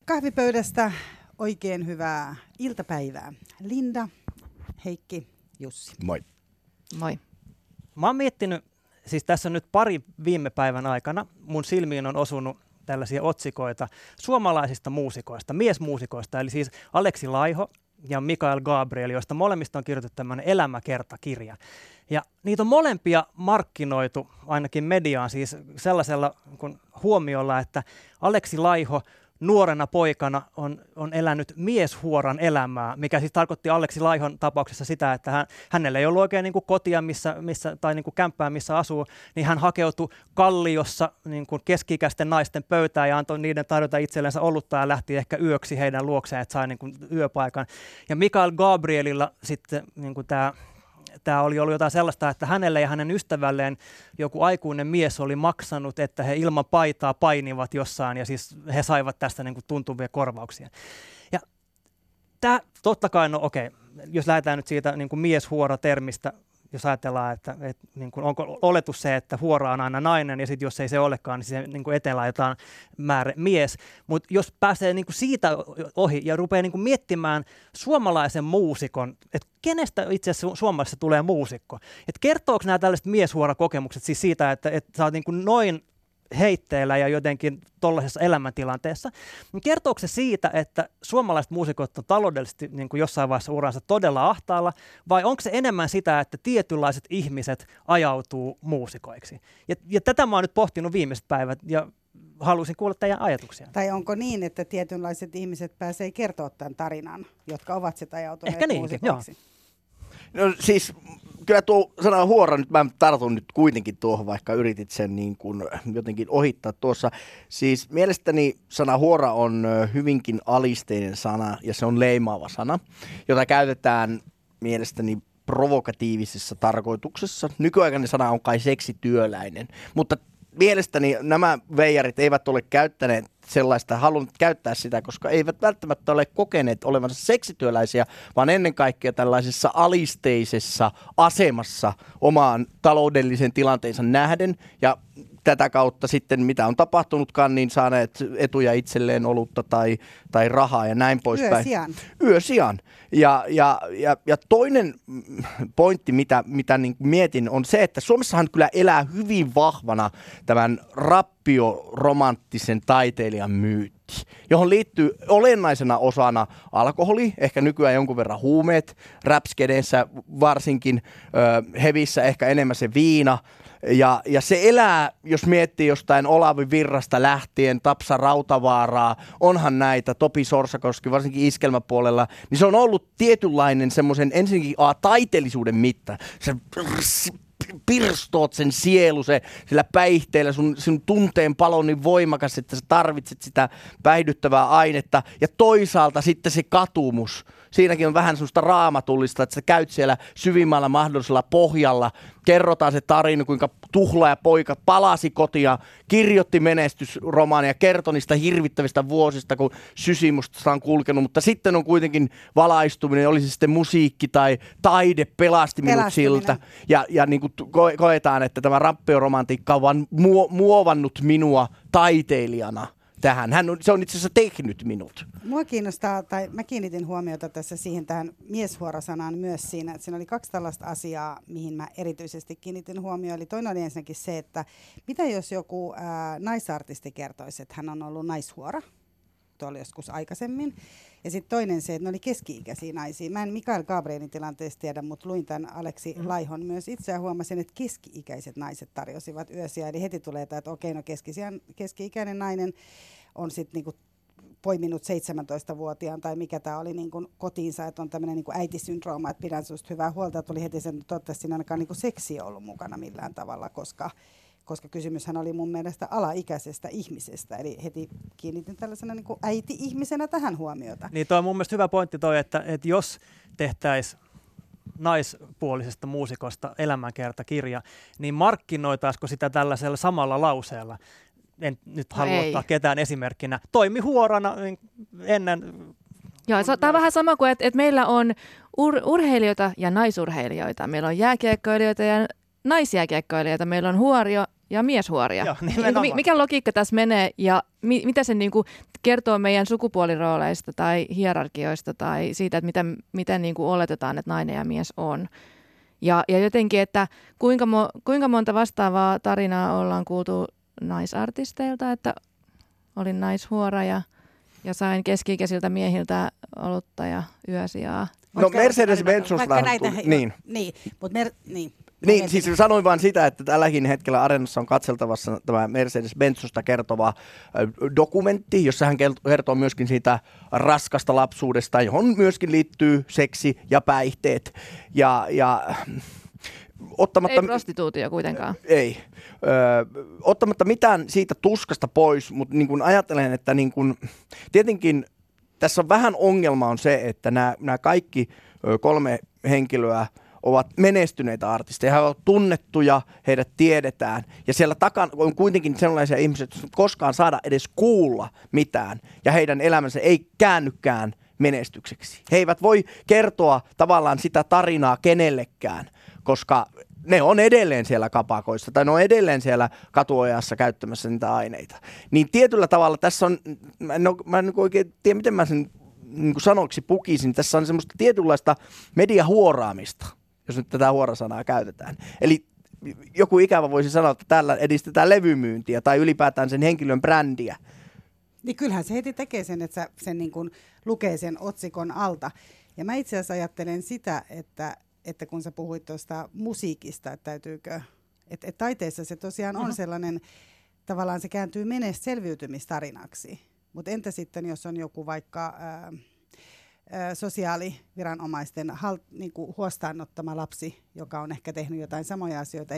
kahvipöydästä oikein hyvää iltapäivää. Linda, Heikki, Jussi. Moi. Moi. Mä oon miettinyt, siis tässä nyt pari viime päivän aikana, mun silmiin on osunut tällaisia otsikoita suomalaisista muusikoista, miesmuusikoista, eli siis Aleksi Laiho ja Mikael Gabriel, joista molemmista on kirjoitettu tämmöinen elämäkertakirja. Ja niitä on molempia markkinoitu ainakin mediaan siis sellaisella huomiolla, että Aleksi Laiho nuorena poikana on elänyt mieshuoran elämää, mikä siis tarkoitti Aleksi Laihon tapauksessa sitä, että hänellä ei ollut oikein niin kuin kotia tai niin kuin kämppää, missä asuu, niin hän hakeutui kalliossa niin kuin keski-ikäisten naisten pöytään ja antoi niiden tarjota itsellensä olutta ja lähti ehkä yöksi heidän luokseen, että sai niin kuin yöpaikan. Ja Mikael Gabrielilla sitten niin kuin tämä oli ollut jotain sellaista, että hänelle ja hänen ystävälleen joku aikuinen mies oli maksanut, että he ilman paitaa painivat jossain ja siis he saivat tästä niin kuin tuntuvia korvauksia. Ja tämä totta kai, no okei, jos lähdetään nyt siitä niin kuin mieshuora-termistä, jos ajatellaan, että niin kuin onko oletus se, että huora on aina nainen ja sitten jos ei se olekaan, niin se niin kuin eteen laitetaan määrä mies. Mutta jos pääsee niin kuin siitä ohi ja rupeaa niin kuin miettimään suomalaisen muusikon, että kenestä itse asiassa Suomessa tulee muusikko, että kertooko nämä tällaiset mieshuorakokemukset siis siitä, että sä oot niin kuin noin heitteillä ja jotenkin tuollaisessa elämäntilanteessa, niin kertooko se siitä, että suomalaiset muusikot on taloudellisesti niin kuin jossain vaiheessa uransa todella ahtaalla, vai onko se enemmän sitä, että tietynlaiset ihmiset ajautuu muusikoiksi? Ja tätä mä oon nyt pohtinut viimeiset päivät, ja haluaisin kuulla teidän ajatuksia. Tai onko niin, että tietynlaiset ihmiset pääsee kertoa tämän tarinan, jotka ovat sitten ajautuneet ehkä niinkin, muusikoiksi? Joo. No siis kyllä tuo sana huora, nyt mä tartun nyt kuitenkin tuohon, vaikka yritit sen niin kuin jotenkin ohittaa tuossa. Siis mielestäni sana huora on hyvinkin alisteinen sana ja se on leimaava sana, jota käytetään mielestäni provokatiivisessa tarkoituksessa. Nykyaikainen sana on kai seksityöläinen, mutta mielestäni nämä veijarit eivät ole käyttäneet sellaista, halunnut käyttää sitä, koska eivät välttämättä ole kokeneet olevansa seksityöläisiä, vaan ennen kaikkea tällaisessa alisteisessa asemassa omaan taloudellisen tilanteensa nähden ja tätä kautta sitten, mitä on tapahtunutkaan, niin saaneet etuja itselleen, olutta tai rahaa ja näin poispäin. Yösijan. Ja toinen pointti, mitä niin mietin, on se, että Suomessahan kyllä elää hyvin vahvana tämän rappioromanttisen taiteilijan myytti, johon liittyy olennaisena osana alkoholi, ehkä nykyään jonkun verran huumeet, rap-skedeissä varsinkin, hevissä ehkä enemmän se viina. Ja se elää, jos miettii jostain Olavi Virrasta lähtien, Tapsa Rautavaaraa, onhan näitä, Topi Sorsakoski, varsinkin iskelmäpuolella, niin se on ollut tietynlainen semmoisen ensinnäkin taiteellisuuden mitta. Se pirstoot sen sielu, sillä päihteellä sun tunteen palo on niin voimakas, että sä tarvitset sitä päihdyttävää ainetta. Ja toisaalta sitten se katumus. Siinäkin on vähän semmoista raamatullista, että sä käyt siellä syvimmällä mahdollisella pohjalla. Kerrotaan se tarina, kuinka tuhlaaja poika palasi kotia, kirjoitti menestysromaania, kertoi niistä hirvittävistä vuosista, kun Sysimusta on kulkenut. Mutta sitten on kuitenkin valaistuminen, oli se sitten musiikki tai taide, pelasti minut siltä. Ja niin kuin koetaan, että tämä rappioromantiikka on vaan muovannut minua taiteilijana tähän. Se on itse asiassa tehnyt minut. Mua kiinnostaa, tai mä kiinnitin huomiota tässä siihen tähän mieshuorasanaan myös siinä, että siinä oli kaksi tällaista asiaa, mihin mä erityisesti kiinnitin huomioon. Eli toinen oli ensinnäkin se, että mitä jos joku naisartisti kertoisi, että hän on ollut naishuora, tuolla joskus aikaisemmin. Ja sitten toinen se, että ne oli keski-ikäisiä naisia. Mä en Mikael Gabrielin tilanteesta tiedä, mutta luin tämän Aleksi Laihon myös itse ja huomasin, että keski-ikäiset naiset tarjosivat yösiä. Eli heti tulee tämä, että okei, no keski-ikäinen nainen on sitten niinku poiminut 17-vuotiaan tai mikä tämä oli niinku kotiinsa, että on tämmöinen niinku äitisyndrooma, että pidän susta hyvää huolta. Ja tuli heti sen, että toivottavasti siinä ainakaan niinku seksi ollut mukana millään tavalla, koska kysymyshän oli mun mielestä alaikäisestä ihmisestä, eli heti kiinnitin tällaisena niin kuin äiti-ihmisenä tähän huomiota. Niin toi on mun mielestä hyvä pointti toi, että jos tehtäisiin naispuolisesta muusikosta elämänkertakirja, niin markkinoitaisiko sitä tällaisella samalla lauseella? En nyt halua ottaa ketään esimerkkinä. Toimi huorana ennen. Joo, tämä on vähän sama kuin, että meillä on urheilijoita ja naisurheilijoita. Meillä on jääkiekkoilijoita ja naisjääkiekkoilijoita. Meillä on ja mieshuoria. Joo, Mikä logiikka tässä menee ja mitä se niin kuin kertoo meidän sukupuolirooleista tai hierarkioista tai siitä, että miten niin kuin oletetaan, että nainen ja mies on. Ja jotenkin, että kuinka monta vastaavaa tarinaa ollaan kuultu naisartisteilta, että olin naishuora ja sain keski-ikäisiltä miehiltä olutta ja yösijaa. No Mercedes-Benzusta Niin, siis sanoin vain sitä, että tälläkin hetkellä Areenassa on katseltavassa tämä Mercedes-Benzusta kertova dokumentti, jossa hän kertoo myöskin siitä raskasta lapsuudesta, johon myöskin liittyy seksi ja päihteet. Ei prostituutio kuitenkaan. Ei. Ottamatta mitään siitä tuskasta pois, mutta niin kun ajattelen, että niin kun, tietenkin tässä on vähän ongelma on se, että nämä kaikki 3 henkilöä ovat menestyneitä artisteja, he ovat tunnettuja, heidät tiedetään ja siellä takana on kuitenkin sellaisia ihmisiä, että koskaan saada edes kuulla mitään ja heidän elämänsä ei käännykään menestykseksi. He eivät voi kertoa tavallaan sitä tarinaa kenellekään, koska ne on edelleen siellä kapakoissa tai ne on edelleen siellä katuojassa käyttämässä niitä aineita. Niin tietyllä tavalla tässä on, mä en oikein tiedä miten mä sen niin kuin sanoiksi pukisin, tässä on semmoista tietynlaista mediahuoraamista, jos nyt tätä huorasanaa käytetään. Eli joku ikävä voisi sanoa, että täällä edistetään levymyyntiä tai ylipäätään sen henkilön brändiä. Niin kyllähän se heti tekee sen, että sen niin kuin lukee sen otsikon alta. Ja mä itse asiassa ajattelen sitä, että kun sä puhuit tuosta musiikista, että täytyykö, että taiteessa se tosiaan on sellainen, tavallaan se kääntyy selviytymistarinaksi. Mutta entä sitten, jos on joku vaikka sosiaaliviranomaisten niinku huostaanottama lapsi, joka on ehkä tehnyt jotain samoja asioita,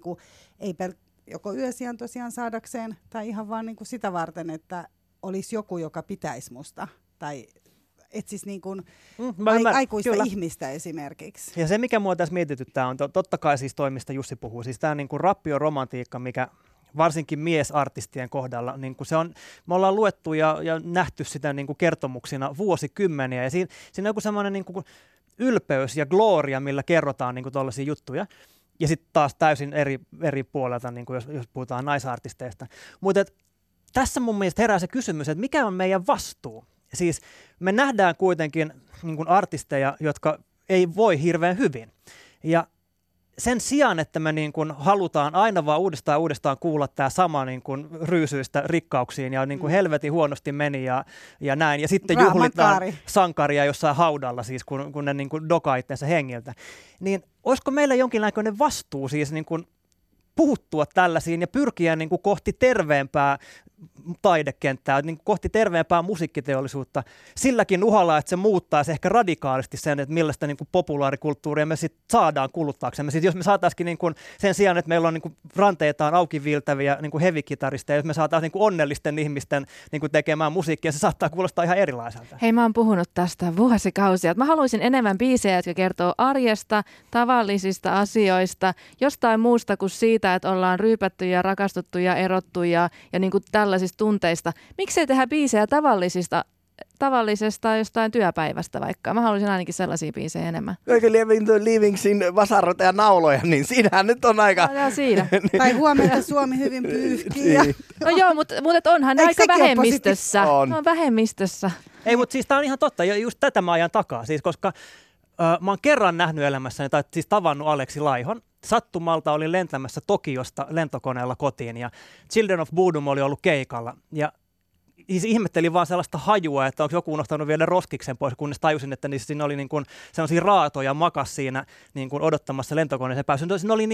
joko yösijan tosiaan saadakseen tai ihan vaan niinku sitä varten, että olisi joku, joka pitäisi musta tai etsisi niin kuin aikuista kyllä. ihmistä esimerkiksi. Ja se, mikä mua tässä mietityttää, on totta kai siis toi, mistä Jussi puhuu. Siis tämä niin kuin rappioromantiikka, mikä varsinkin miesartistien kohdalla, niin kuin se on, me ollaan luettu ja nähty sitä niin kuin kertomuksina vuosikymmeniä. Ja siinä on joku semmoinen niin kuin ylpeys ja gloria, millä kerrotaan niin kuin tollaisia juttuja. Ja sitten taas täysin eri puolelta, niin kuin jos puhutaan naisartisteista. Mutta tässä mun mielestä herää se kysymys, että mikä on meidän vastuu? Siis me nähdään kuitenkin niin kuin artisteja, jotka ei voi hirveän hyvin. Ja sen sijaan, että me niin kuin halutaan aina vaan uudestaan kuulla tämä sama niin kuin ryysyistä rikkauksiin ja niin kuin helvetin huonosti meni ja näin. Ja sitten juhlitaan sankaria jossain haudalla, siis kun ne niin kuin dokaa itsensä hengiltä. Niin olisiko meillä jonkinlainen vastuu siis niin kuin puuttua tällaisiin ja pyrkiä niin kuin kohti terveempää taidekenttää, niin kohti terveempää musiikkiteollisuutta silläkin uhalla, että se muuttaisi ehkä radikaalisti sen, että millaista niin kuin populaarikulttuuria me sitten saadaan kuluttaaksemme. Jos me saataisiin niin kuin sen sijaan, että meillä on niin kuin ranteitaan auki viiltäviä niin kuin heavy-kitaristeja, jos me saataisiin niin kuin onnellisten ihmisten niin kuin tekemään musiikkia, se saattaa kuulostaa ihan erilaiselta. Hei, mä oon puhunut tästä vuosikausia. Mä haluaisin enemmän biisejä, jotka kertoo arjesta, tavallisista asioista, jostain muusta kuin siitä, että ollaan ryypätty ja rakastuttu ja erottu ja niin kuin tällaisista tunteista. Miksei tehdä biisejä tavallisesta jostain työpäivästä vaikka? Mä haluaisin ainakin sellaisia biisejä enemmän. Oikein Livingsin vasaroita ja nauloja, niin siinähän nyt on aika... No, siinä. Tai huomenta Suomi hyvin pyyhkii. No joo, mutta onhan ne aika vähemmistössä. On vähemmistössä. Ei, mutta siis tää on ihan totta. Ja just tätä mä ajan takaa. Siis koska mä oon kerran nähnyt elämässäni, tai siis tavannut Aleksi Laihon. Sattumalta olin lentämässä Tokiosta lentokoneella kotiin ja Children of Bodom oli ollut keikalla. Ja siis ihmettelin vaan sellaista hajua, että onko joku unohtanut viedä roskiksen pois, kunnes tajusin, että siinä oli niin kuin sellaisia raatoja makas siinä niin kuin odottamassa lentokoneeseen pääsyä. Ne oli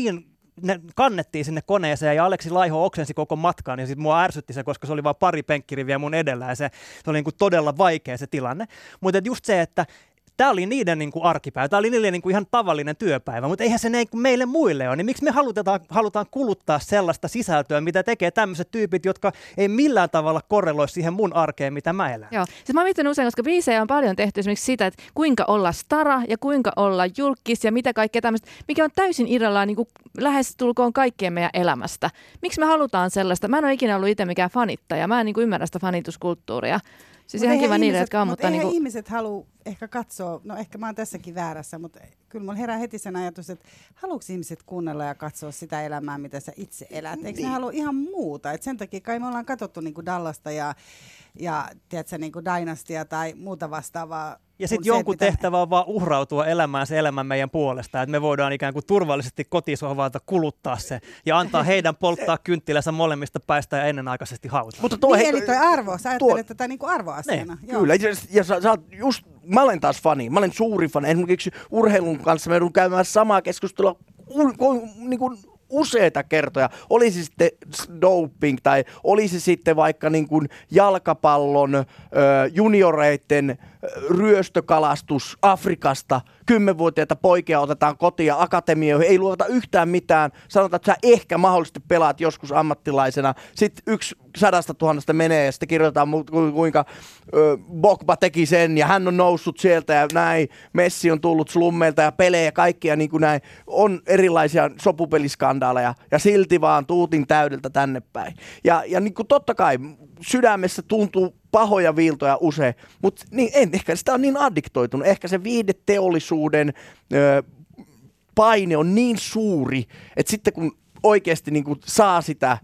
ne kannettiin sinne koneeseen ja Aleksi Laiho oksensi koko matkan ja sitten mua ärsytti se, koska se oli vain pari penkkiriviä mun edellä ja se oli niin kuin todella vaikea se tilanne. Mutta just se, että tämä oli niiden niin kuin arkipäivä, tämä oli niille niin kuin ihan tavallinen työpäivä, mutta eihän se niin kuin meille muille ole. Niin miksi me halutaan kuluttaa sellaista sisältöä, mitä tekee tämmöiset tyypit, jotka ei millään tavalla korreloi siihen mun arkeen, mitä mä elän? Joo, siis mä oon miettinyt usein, koska biisejä on paljon tehty esimerkiksi sitä, että kuinka olla stara ja kuinka olla julkis ja mitä kaikkea tämmöistä, mikä on täysin irrallaan niin kuin lähestulkoon kaikkien meidän elämästä. Miksi me halutaan sellaista? Mä en ole ikinä ollut itse mikään fanittaja, mä en niin kuin ymmärrä sitä fanituskulttuuria. Siis ihan kiva niille, jotka on, mutta ihmiset halua ehkä katsoa, no ehkä mä oon tässäkin väärässä, mutta kyllä mulla herää heti sen ajatus, että haluatko ihmiset kuunnella ja katsoa sitä elämää, mitä sä itse elät? Eikö ne halua ihan muuta? Et sen takia kai me ollaan katsottu niinku Dallasta ja tiedätkö, niinku Dynastia tai muuta vastaavaa. Ja sitten jonkun tehtävä on vaan uhrautua elämään se elämä meidän puolesta, että me voidaan ikään kuin turvallisesti kotisohvalta kuluttaa se ja antaa heidän polttaa kynttilänsä molemmista päistä ja ennenaikaisesti hautaan. Mutta eli toi arvo, sä ajattelet tätä niinku arvoasiana. Kyllä, ja sä oot just, mä olen taas fani, mä olen suuri fani. Esimerkiksi urheilun kanssa me joudun käymään samaa keskustelua niin kuin useita kertoja, olisi sitten doping tai olisi sitten vaikka niin kuin jalkapallon junioreiden ryöstökalastus Afrikasta, 10-vuotiaita poikia otetaan kotiin ja akatemioihin, ei luovata yhtään mitään, sanotaan, että sä ehkä mahdollisesti pelaat joskus ammattilaisena, sitten 100 000 menee ja sitten kirjoitetaan kuinka Pogba teki sen ja hän on noussut sieltä ja näin, Messi on tullut slummeilta ja pelejä ja kaikkia niin kuin näin, on erilaisia sopupeliskandaaleja ja silti vaan tuutin täydeltä tänne päin. Ja niin kuin totta kai sydämessä tuntuu pahoja viiltoja usein, mutta niin, ehkä sitä on niin addiktoitunut. Ehkä se viihdeteollisuuden paine on niin suuri, että sitten kun oikeasti niin kuin saa sitä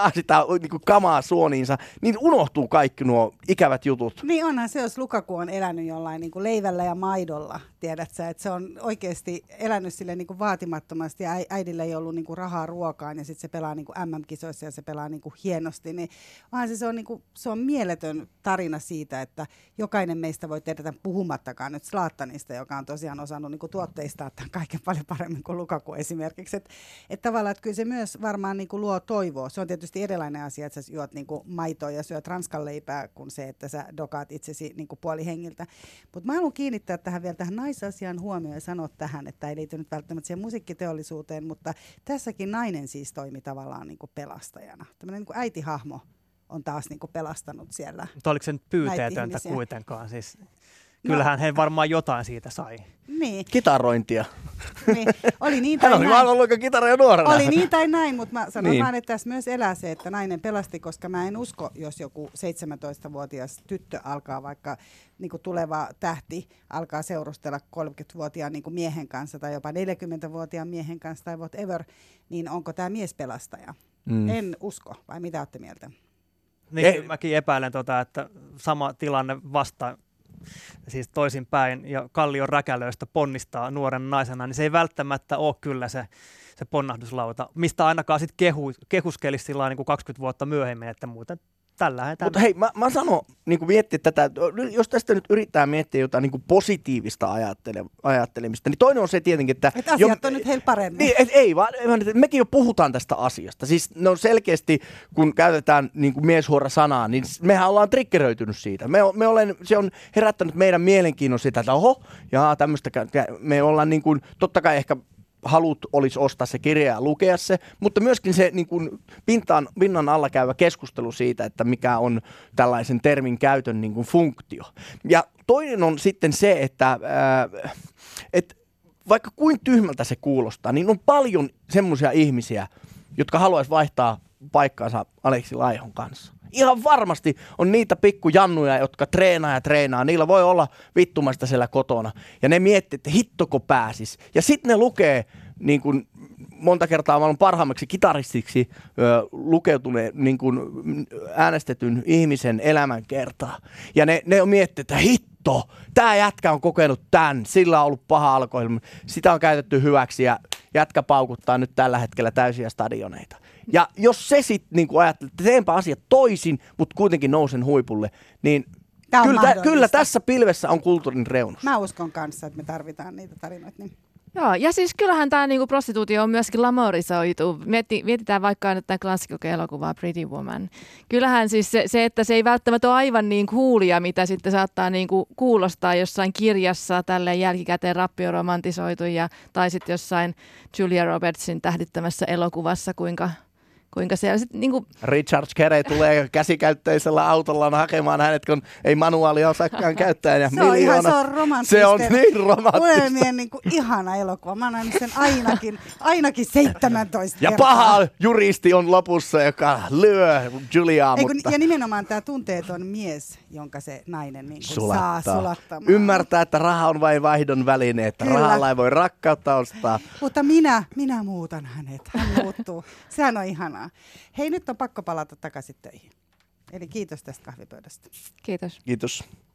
niin kuin kamaa suoniinsa, niin unohtuu kaikki nuo ikävät jutut. Niin onhan se, jos Lukaku on elänyt jollain niin kuin leivällä ja maidolla, tiedät sä, että se on oikeasti elänyt sille niin kuin vaatimattomasti ja äidillä ei ollut niin kuin rahaa ruokaan ja sitten se pelaa niin kuin MM-kisoissa ja se pelaa niin kuin hienosti, niin onhan se on, niin kuin, se on mieletön tarina siitä, että jokainen meistä voi tehdä tämän puhumattakaan nyt Zlatanista, joka on tosiaan osannut niin kuin tuotteistaa tämän kaiken paljon paremmin kuin Lukaku esimerkiksi, että tavallaan, että kyllä se myös varmaan niin kuin luo toivoa. Se on tietysti erilainen asia, että sä juot niin kuin maitoa ja syöt ranskanleipää kuin se, että sä dokaat itsesi niin kuin puolihengiltä. Mutta mä haluan kiinnittää tähän vielä tähän naisasian huomioon ja sanoa tähän, että ei liity nyt välttämättä siihen musiikkiteollisuuteen, mutta tässäkin nainen siis toimi tavallaan niin kuin pelastajana. Tämmöinen niin kuin äitihahmo on taas niin kuin pelastanut siellä. Mutta oliko se nyt pyyteetöntä kuitenkaan? Siis, kyllähän he varmaan jotain siitä sai. Niin. Kitarointia. Niin. Oli niin tai hän oli näin. vaan ollut kitara jo nuorena. Oli niin tai näin, mutta mä sanon niin. vaan, että tässä myös elää se, että nainen pelasti, koska mä en usko, jos joku 17-vuotias tyttö alkaa vaikka niin kuin tuleva tähti alkaa seurustella 30-vuotiaan niin kuin miehen kanssa tai jopa 40-vuotiaan miehen kanssa tai whatever, niin onko tämä mies pelastaja? En usko, vai mitä olette mieltä? Niin, mäkin epäilen, että sama tilanne vasta siis toisinpäin ja Kallion räkälöistä ponnistaa nuoren naisena, niin se ei välttämättä ole kyllä se ponnahduslauta, mistä ainakaan sitten kehuskelisi sillä niin kuin 20 vuotta myöhemmin, että muuten tällä. Mutta hei, mä sanon, niin miettiä tätä, jos tästä nyt yrittää miettiä jotain niin positiivista ajattelemista, niin toinen on se tietenkin, että asiat on nyt heillä paremmin. Niin, ei vaan, mekin jo puhutaan tästä asiasta. Siis ne on selkeästi, kun käytetään niin kuin mieshuora-sanaa, niin mehän ollaan triggeröitynyt siitä. Se on herättänyt meidän mielenkiinnon sitä, että oho, jaa, tämmöistä, me ollaan niin kuin, totta kai ehkä halut olisi ostaa se kirja ja lukea se, mutta myöskin se niin kuin pinnan alla käyvä keskustelu siitä, että mikä on tällaisen termin käytön niin kuin funktio. Ja toinen on sitten se, että vaikka kuin tyhmältä se kuulostaa, niin on paljon semmoisia ihmisiä, jotka haluaisi vaihtaa paikkaansa Aleksi Laihon kanssa. Ihan varmasti on niitä pikkujannuja, jotka treenaa. Niillä voi olla vittumasta siellä kotona. Ja ne miettii, että hittoko pääsis. Ja sitten ne lukee, niin kuin monta kertaa maailman parhaimmaksi kitaristiksi lukeutuneen niin kuin äänestetyn ihmisen elämänkertaa. Ja ne on miettinyt, että hitto, tämä jätkä on kokenut tämän, sillä on ollut paha alkoholi. Sitä on käytetty hyväksi ja jätkä paukuttaa nyt tällä hetkellä täysiä stadioneita. Ja jos se sitten niin ajattelee, että teenpä asiat toisin, mutta kuitenkin nousen huipulle, niin kyllä tässä pilvessä on kulttuurin reunus. Mä uskon kanssa, että me tarvitaan niitä tarinoita. Niin. Joo, ja siis kyllähän tämä niinku prostituutio on myöskin glamorisoitu. Mietitään vaikka nyt tämän klassikko-elokuvaa Pretty Woman. Kyllähän siis se, että se ei välttämättä ole aivan niin coolia, mitä sitten saattaa niinku kuulostaa jossain kirjassa tälleen jälkikäteen rappioromantisoitu tai sitten jossain Julia Robertsin tähdittämässä elokuvassa, kuinka siellä sitten niinku Richard Gere tulee käsikäyttöisellä autolla hakemaan hänet, kun ei manuaalia osaakaan käyttää. Ja se on ihan, se on romanttista. Se on niin romanttista. Unelmien niinku ihana elokuva. Mä näin sen ainakin 17 ja kertaa. paha juristi on lopussa, joka lyö Juliaa. Ja nimenomaan tämä tunteeton mies, jonka se nainen niin kuin Sulattaa. saa sulattamaan. Ymmärtää, että raha on vain vaihdon väline, että Kyllä. rahalla ei voi rakkautta ostaa. Mutta minä muutan hänet, hän muuttuu. Sehän on ihanaa. Hei, nyt on pakko palata takaisin töihin. Eli kiitos tästä kahvipöydästä. Kiitos. Kiitos.